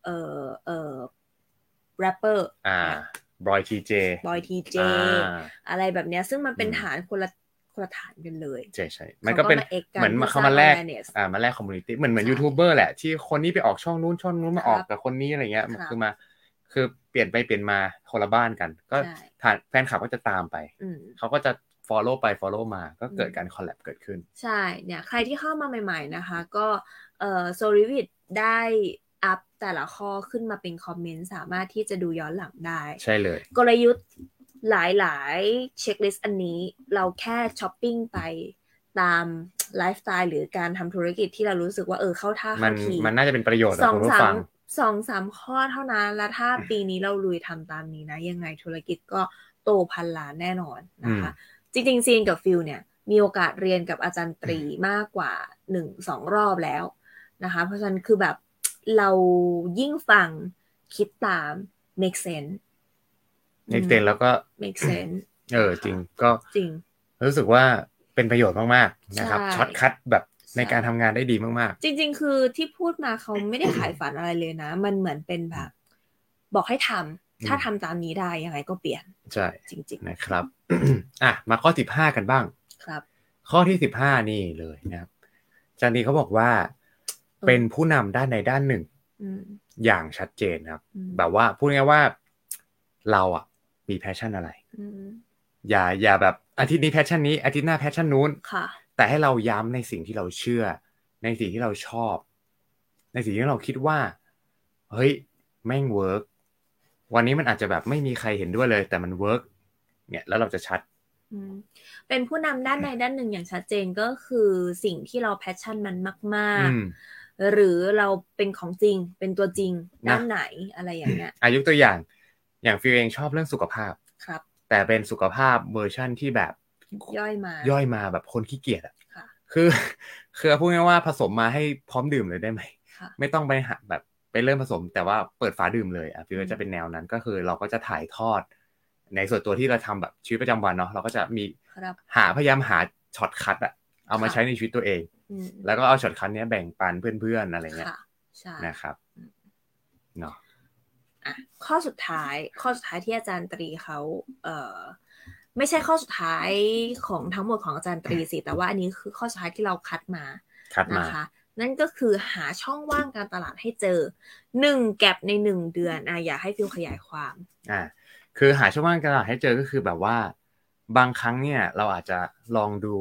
แรปเปอร์บอยทีเจอะไรแบบเนี้ยซึ่งมันเป็นฐานคนละฐานกันเลยใช่มันก็เป็นเหมือนเขามาแลกคอมมูนิตี้เหมือนยูทูบเบอร์แหละที่คนนี้ไปออกช่องนู้นมาออกกับคนนี้อะไรเงี้ยคือเปลี่ยนไปเปลี่ยนมาคนละบ้านกันก็แฟนคลับก็จะตามไปเขาก็จะ follow ไป follow มาก็เกิดการคอลแลบเกิดขึ้นใช่เนี่ยใครที่เข้ามาใหม่ๆนะคะก็โซลิวิทได้อัพแต่ละข้อขึ้นมาเป็นคอมเมนต์สามารถที่จะดูย้อนหลังได้ใช่เลยกลยุทธ์หลายๆเช็คลิสต์อันนี้เราแค่ช้อปปิ้งไปตามไลฟ์สไตล์หรือการทำธุรกิจที่เรารู้สึกว่าเข้าท่าเข้าทีมันน่าจะเป็นประโยชน์กับคุณผู้ฟัง 2-3 ข้อเท่านั้นแล้วถ้าปีนี้เราลุยทำตามนี้นะยังไงธุรกิจก็โตพันล้านแน่นอนนะคะจริงๆซีนกับฟิลเนี่ยมีโอกาสเรียนกับอาจารย์ตรีมากกว่า 1-2 รอบแล้วนะคะเพราะฉะนั้นคือแบบเรายิ่งฟังคิดตาม make sense แล้วก็ make sense จริงก็จริงรู้สึกว่าเป็นประโยชน์มากๆนะครับช็อตคัทแบบในการทำงานได้ดีมากๆจริงๆคือที่พูดมาเขาไม่ได้ขายฝันอะไรเลยนะมันเหมือนเป็นแบบบอกให้ทำถ้าทำตามนี้ได้ยังไงก็เปลี่ยนใช่จริงๆนะครับ มาข้อ15กันบ้างครับข้อที่15นี่เลยนะครับอาจารย์ดีเขาบอกว่าเป็นผู้นำด้านใดด้านหนึ่งอย่างชัดเจนครับแบบว่าพูดง่ายๆว่าเรามีแพชชั่นอะไรอย่าแบบอาทิตย์นี้แพชชั่นนี้อาทิตย์หน้าแพชชั่นนู้นแต่ให้เราย้ำในสิ่งที่เราเชื่อในสิ่งที่เราชอบในสิ่งที่เราคิดว่าเฮ้ยแม่งเวิร์กวันนี้มันอาจจะแบบไม่มีใครเห็นด้วยเลยแต่มันเวิร์กเนี่ยแล้วเราจะชัดเป็นผู้นำด้านใดด้านหนึ่งอย่างชัดเจนก็คือสิ่งที่เราแพชชั่นมันมากๆหรือเราเป็นของจริงเป็นตัวจริงด้านไหนอะไรอย่างเงี้ยยกตัวอย่างฟิลเองชอบเรื่องสุขภาพครับแต่เป็นสุขภาพเวอร์ชั่นที่แบบย่อยมาแบบคนขี้เกียจคือพูดง่ายๆว่าผสมมาให้พร้อมดื่มเลยได้ไหมไม่ต้องไปหาแบบไปเริ่มผสมแต่ว่าเปิดฝาดื่มเลยฟิลจะเป็นแนวนั้นก็คือเราก็จะถ่ายทอดในส่วนตัวที่เราทำแบบชีวิตประจำวันเนาะเราก็จะมีพยายามหาช็อตคัทเอามาใช้ในชีวิตตัวเองแล้วก็เอาช็อตคัทนี้แบ่งปันเพื่อนๆอะไรเงี้ยนะครับเนาะข้อสุดท้ายที่อาจารย์ตรีเขาไม่ใช่ข้อสุดท้ายของทั้งหมดของอาจารย์ตรีสิแต่ว่าอันนี้คือข้อสุดท้ายที่เราคัดมานะคะนั่นก็คือหาช่องว่างการตลาดให้เจอ1แก็บใน1เดือนอยากให้ฟิลขยายความคือหาช่องว่างการตลาดให้เจอก็คือแบบว่าบางครั้งเนี่ยเราอาจจะลองดู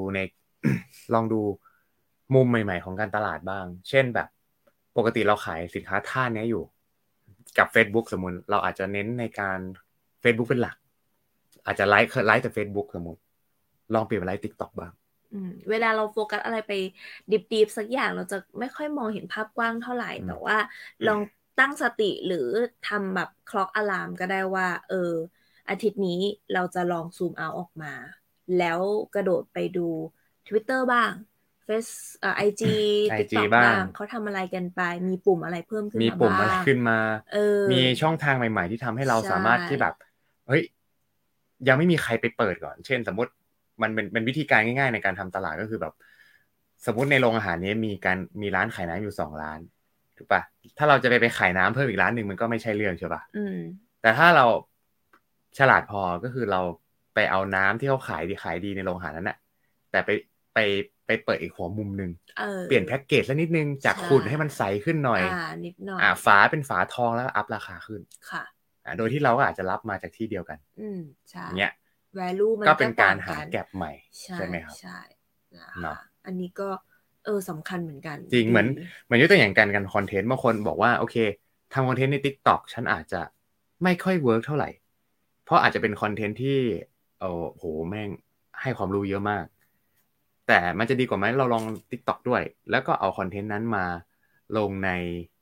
มุมใหม่ๆของการตลาดบ้างเช่นแบบปกติเราขายสินค้าท่านี้อยู่กับ Facebook สมมุติเราอาจจะเน้นในการ Facebook เป็นหลักอาจจะไลฟ์แต่ Facebook สมมุติลองเปลี่ยนเป็นไลฟ์ TikTok บ้างเวลาเราโฟกัสอะไรไปดิบๆสักอย่างเราจะไม่ค่อยมองเห็นภาพกว้างเท่าไหร่แต่ว่าลองตั้งสติหรือทำแบบคล็อกอะลามก็ได้ว่าอาทิตย์นี้เราจะลองซูมเอาออกมาแล้วกระโดดไปดู Twitter บ้างIG TikTok บ้างเขาทำอะไรกันไปมีปุ่มอะไรเพิ่มขึ้นมาบ้างมีปุ่มอะไรขึ้นมามีช่องทางใหม่ๆที่ทำให้เราสามารถที่แบบเฮ้ยยังไม่มีใครไปเปิดก่อนเช่นสมมติมันเป็นวิธีการง่ายๆในการทำตลาดก็คือแบบสมมติในโรงอาหารนี้มีร้านขายน้ำอยู่2ร้านถูกปะถ้าเราจะไปขายน้ำเพิ่มอีกร้านนึงมันก็ไม่ใช่เรื่องใช่ปะแต่ถ้าเราฉลาดพอก็คือเราไปเอาน้ำที่เขาขายดีในโรงอาหารนั้นน่ะแต่ไปเปิดอีกหัวมุมนึงเปลี่ยนแพ็กเกจแล้วนิดนึงจากขุ่นให้มันใสขึ้นหน่อยนิดหน่อยฝาเป็นฝาทองแล้วอัพราคาขึ้นค่ะโดยที่เราก็อาจจะรับมาจากที่เดียวกันใช่เงี้ย value มันก็เป็นการหาแก็ปใหม่ใช่ไหมครับใช่เนาะอันนี้ก็สำคัญเหมือนกันจริงเหมือนยกตัวอย่างกันคอนเทนต์บางคนบอกว่าโอเคทำคอนเทนต์ใน TikTok ฉันอาจจะไม่ค่อยเวิร์กเท่าไหร่เพราะอาจจะเป็นคอนเทนต์ที่โหแม่งให้ความรู้เยอะมากแต่มันจะดีกว่าไหมเราลอง TikTok ด้วยแล้วก็เอาคอนเทนต์นั้นมาลงใน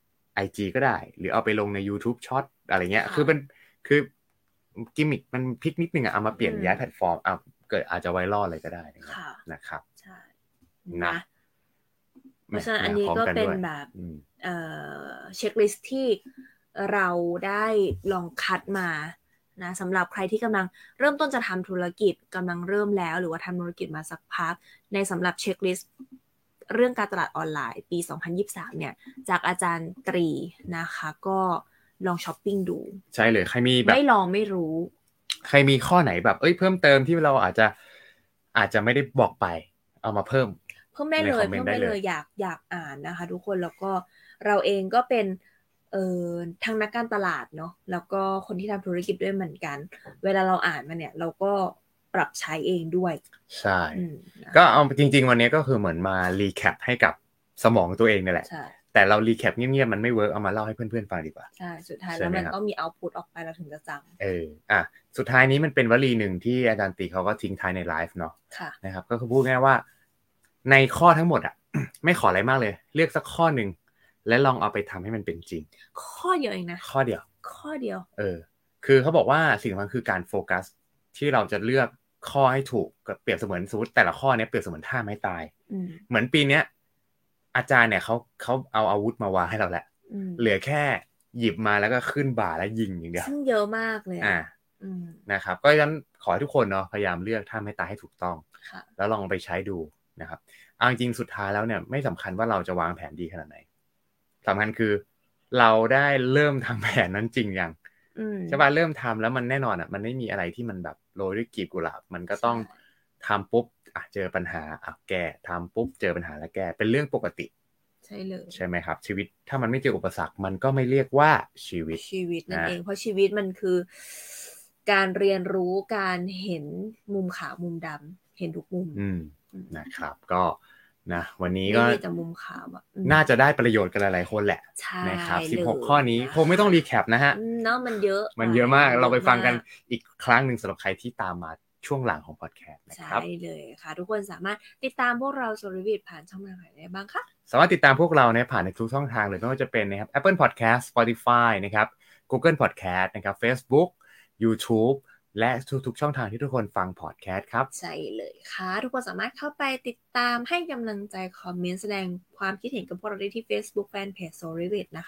IG ก็ได้หรือเอาไปลงใน YouTube Short อะไรเงี้ยคือกิมมิคมันพลิกนิดนึงเอามาเปลี่ยนย้ายแพลตฟอร์มเกิดอาจจะไวรัลอะไรก็ได้นะครับใช่นะเพราะฉะนั้นอันนี้ก็เป็นแบบเช็คลิสต์ที่เราได้ลองคัดมานะสำหรับใครที่กำลังเริ่มต้นจะทำธุรกิจกำลังเริ่มแล้วหรือว่าทำธุรกิจมาสักพักในสำหรับเช็คลิสต์เรื่องการตลาดออนไลน์ปี 2023 เนี่ยจากอาจารย์ตรีนะคะก็ลองช้อปปิ้งดูใช่เลยใครมีแบบไม่ลองไม่รู้ใครมีข้อไหนแบบเพิ่มเติมที่เราอาจจะไม่ได้บอกไปเอามาเพิ่มได้เลยอยากอ่านนะคะทุกคนแล้วก็เราเองก็เป็นทางนักการตลาดเนาะแล้วก็คนที่ทำธุรกิจด้วยเหมือนกันเวลาเราอ่านมาเนี่ยเราก็ปรับใช้เองด้วยใช่ก็เอาจริงๆวันนี้ก็คือเหมือนมารีแคปให้กับสมองตัวเองนี่แหละแต่เรารีแคปเงียบๆมันไม่เวิร์กเอามาเล่าให้เพื่อนๆฟังดีกว่าใช่สุดท้ายแล้วมันต้องมีเอาท์พุตออกไปเราถึงจะจำสุดท้ายนี้มันเป็นวลีหนึ่งที่อาจารย์ตีเขาก็ทิ้งท้ายในไลฟ์เนาะนะครับก็คือพูดง่ายว่าในข้อทั้งหมดไม่ขออะไรมากเลยเลือกสักข้อหนึ่งและลองเอาไปทำให้มันเป็นจริงข้อเดียวเองนะข้อเดียวคือเขาบอกว่าสิ่งสำคัญคือการโฟกัสที่เราจะเลือกข้อให้ถูกกับเปรียบเสมือนสมมติแต่ละข้อนี้เปรียบเสมือนท่าไม้ตายเหมือนปีนี้อาจารย์เนี่ยเขาเอาอาวุธมาวางให้เราแหละเหลือแค่หยิบมาแล้วก็ขึ้นบ่าแล้วยิงอย่างเดียวซึ่งเยอะมากเลยนะครับก็ฉะนั้นขอให้ทุกคนเนาะพยายามเลือกท่าไม้ตายให้ถูกต้องแล้วลองไปใช้ดูนะครับเอาจริงสุดท้ายแล้วเนี่ยไม่สำคัญว่าเราจะวางแผนดีขนาดไหนสำคัญคือเราได้เริ่มทำแผนนั้นจริงยังใช่ป่ะเริ่มทำแล้วมันแน่นอนมันไม่มีอะไรที่มันแบบโรยด้วยกลีบกุหลาบมันก็ต้องทำปุ๊บเจอปัญหาแก้ทำปุ๊บเจอปัญหาแล้วแก้เป็นเรื่องปกติใช่เลยใช่ไหมครับชีวิตถ้ามันไม่เจออุปสรรคมันก็ไม่เรียกว่าชีวิตนั่นเองเพราะชีวิตมันคือการเรียนรู้การเห็นมุมขาวมุมดำเห็นทุกมุมนะครับก็นะวันนี้ก็มีแต่มุมขาวน่าจะได้ประโยชน์กันหลายๆคนแหละนะครับ16ข้อนี้คงไม่ต้องรีแคปนะฮะเนาะมันเยอะมากเราไปฟังกันอีกครั้งนึงสำหรับใครที่ตามมาช่วงหลังของพอดแคสต์นะครับใช่เลยค่ะทุกคนสามารถติดตามพวกเราโซลิวิทผ่านช่องทางไหนได้บ้างคะสามารถติดตามพวกเราเนี่ยผ่านในทุกช่องทางเลยไม่ว่าจะเป็นนะครับ Apple Podcast Spotify นะครับ Google Podcast นะครับ Facebook YouTubeและทุกๆช่องทางที่ทุกคนฟังพอดแคสต์ครับใช่เลยค่ะทุกคนสามารถเข้าไปติดตามให้กำลังใจคอมเมนต์แสดงความคิดเห็นกับพวกเราได้ที่ Facebook Fanpage Solivit นะคะ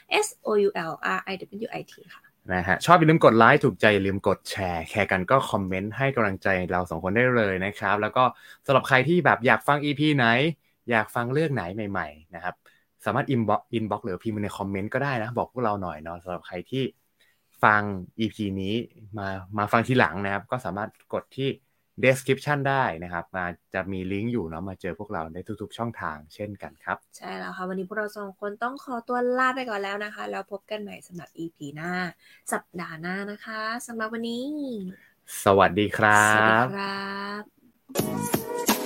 SOULRIWIT ค่ะนะฮะชอบอย่าลืมกดไลค์ถูกใจอย่าลืมกดแชร์กันก็คอมเมนต์ให้กำลังใจเรา2คนได้เลยนะครับแล้วก็สำหรับใครที่แบบอยากฟัง EP ไหนอยากฟังเรื่องไหนใหม่ๆนะครับสามารถอินบ็อกซ์หรือพิมพ์ในคอมเมนต์ก็ได้นะบอกพวกเราหน่อยเนาะสำหรับใครที่ฟัง EP นี้มาฟังทีหลังนะครับก็สามารถกดที่ description ได้นะครับจะมีลิงก์อยู่เนาะมาเจอพวกเราในทุกๆช่องทางเช่นกันครับใช่แล้วค่ะวันนี้พวกเรา2คนต้องขอตัวลาไปก่อนแล้วนะคะแล้วพบกันใหม่สำหรับ EP หน้าสัปดาห์หน้านะคะสำหรับวันนี้สวัสดีครับสวัสดีครับ